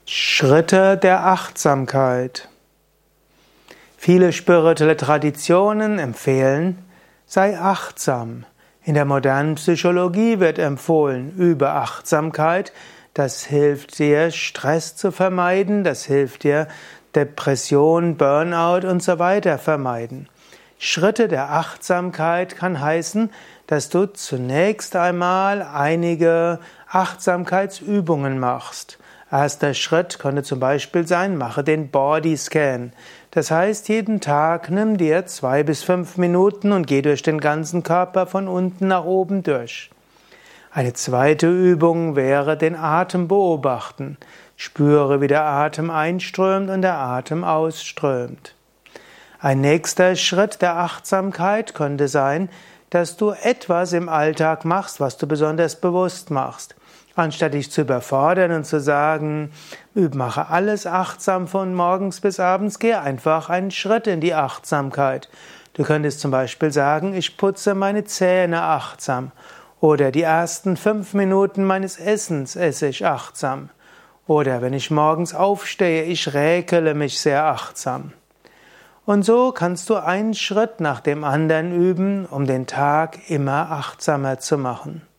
Schritte der Achtsamkeit. Viele spirituelle Traditionen empfehlen, sei achtsam. In der modernen Psychologie wird empfohlen, übe Achtsamkeit. Das hilft dir, Stress zu vermeiden, das hilft dir, Depression, Burnout und so weiter vermeiden. Schritte der Achtsamkeit kann heißen, dass du zunächst einmal einige Achtsamkeitsübungen machst. Erster Schritt könnte zum Beispiel sein, mache den Bodyscan. Das heißt, jeden Tag nimm dir 2 bis 5 Minuten und geh durch den ganzen Körper von unten nach oben durch. Eine zweite Übung wäre den Atem beobachten. Spüre, wie der Atem einströmt und der Atem ausströmt. Ein nächster Schritt der Achtsamkeit könnte sein, dass du etwas im Alltag machst, was du besonders bewusst machst. Anstatt dich zu überfordern und zu sagen, mache alles achtsam von morgens bis abends, geh einfach einen Schritt in die Achtsamkeit. Du könntest zum Beispiel sagen, ich putze meine Zähne achtsam. Oder die ersten 5 Minuten meines Essens esse ich achtsam. Oder wenn ich morgens aufstehe, ich räkele mich sehr achtsam. Und so kannst du einen Schritt nach dem anderen üben, um den Tag immer achtsamer zu machen.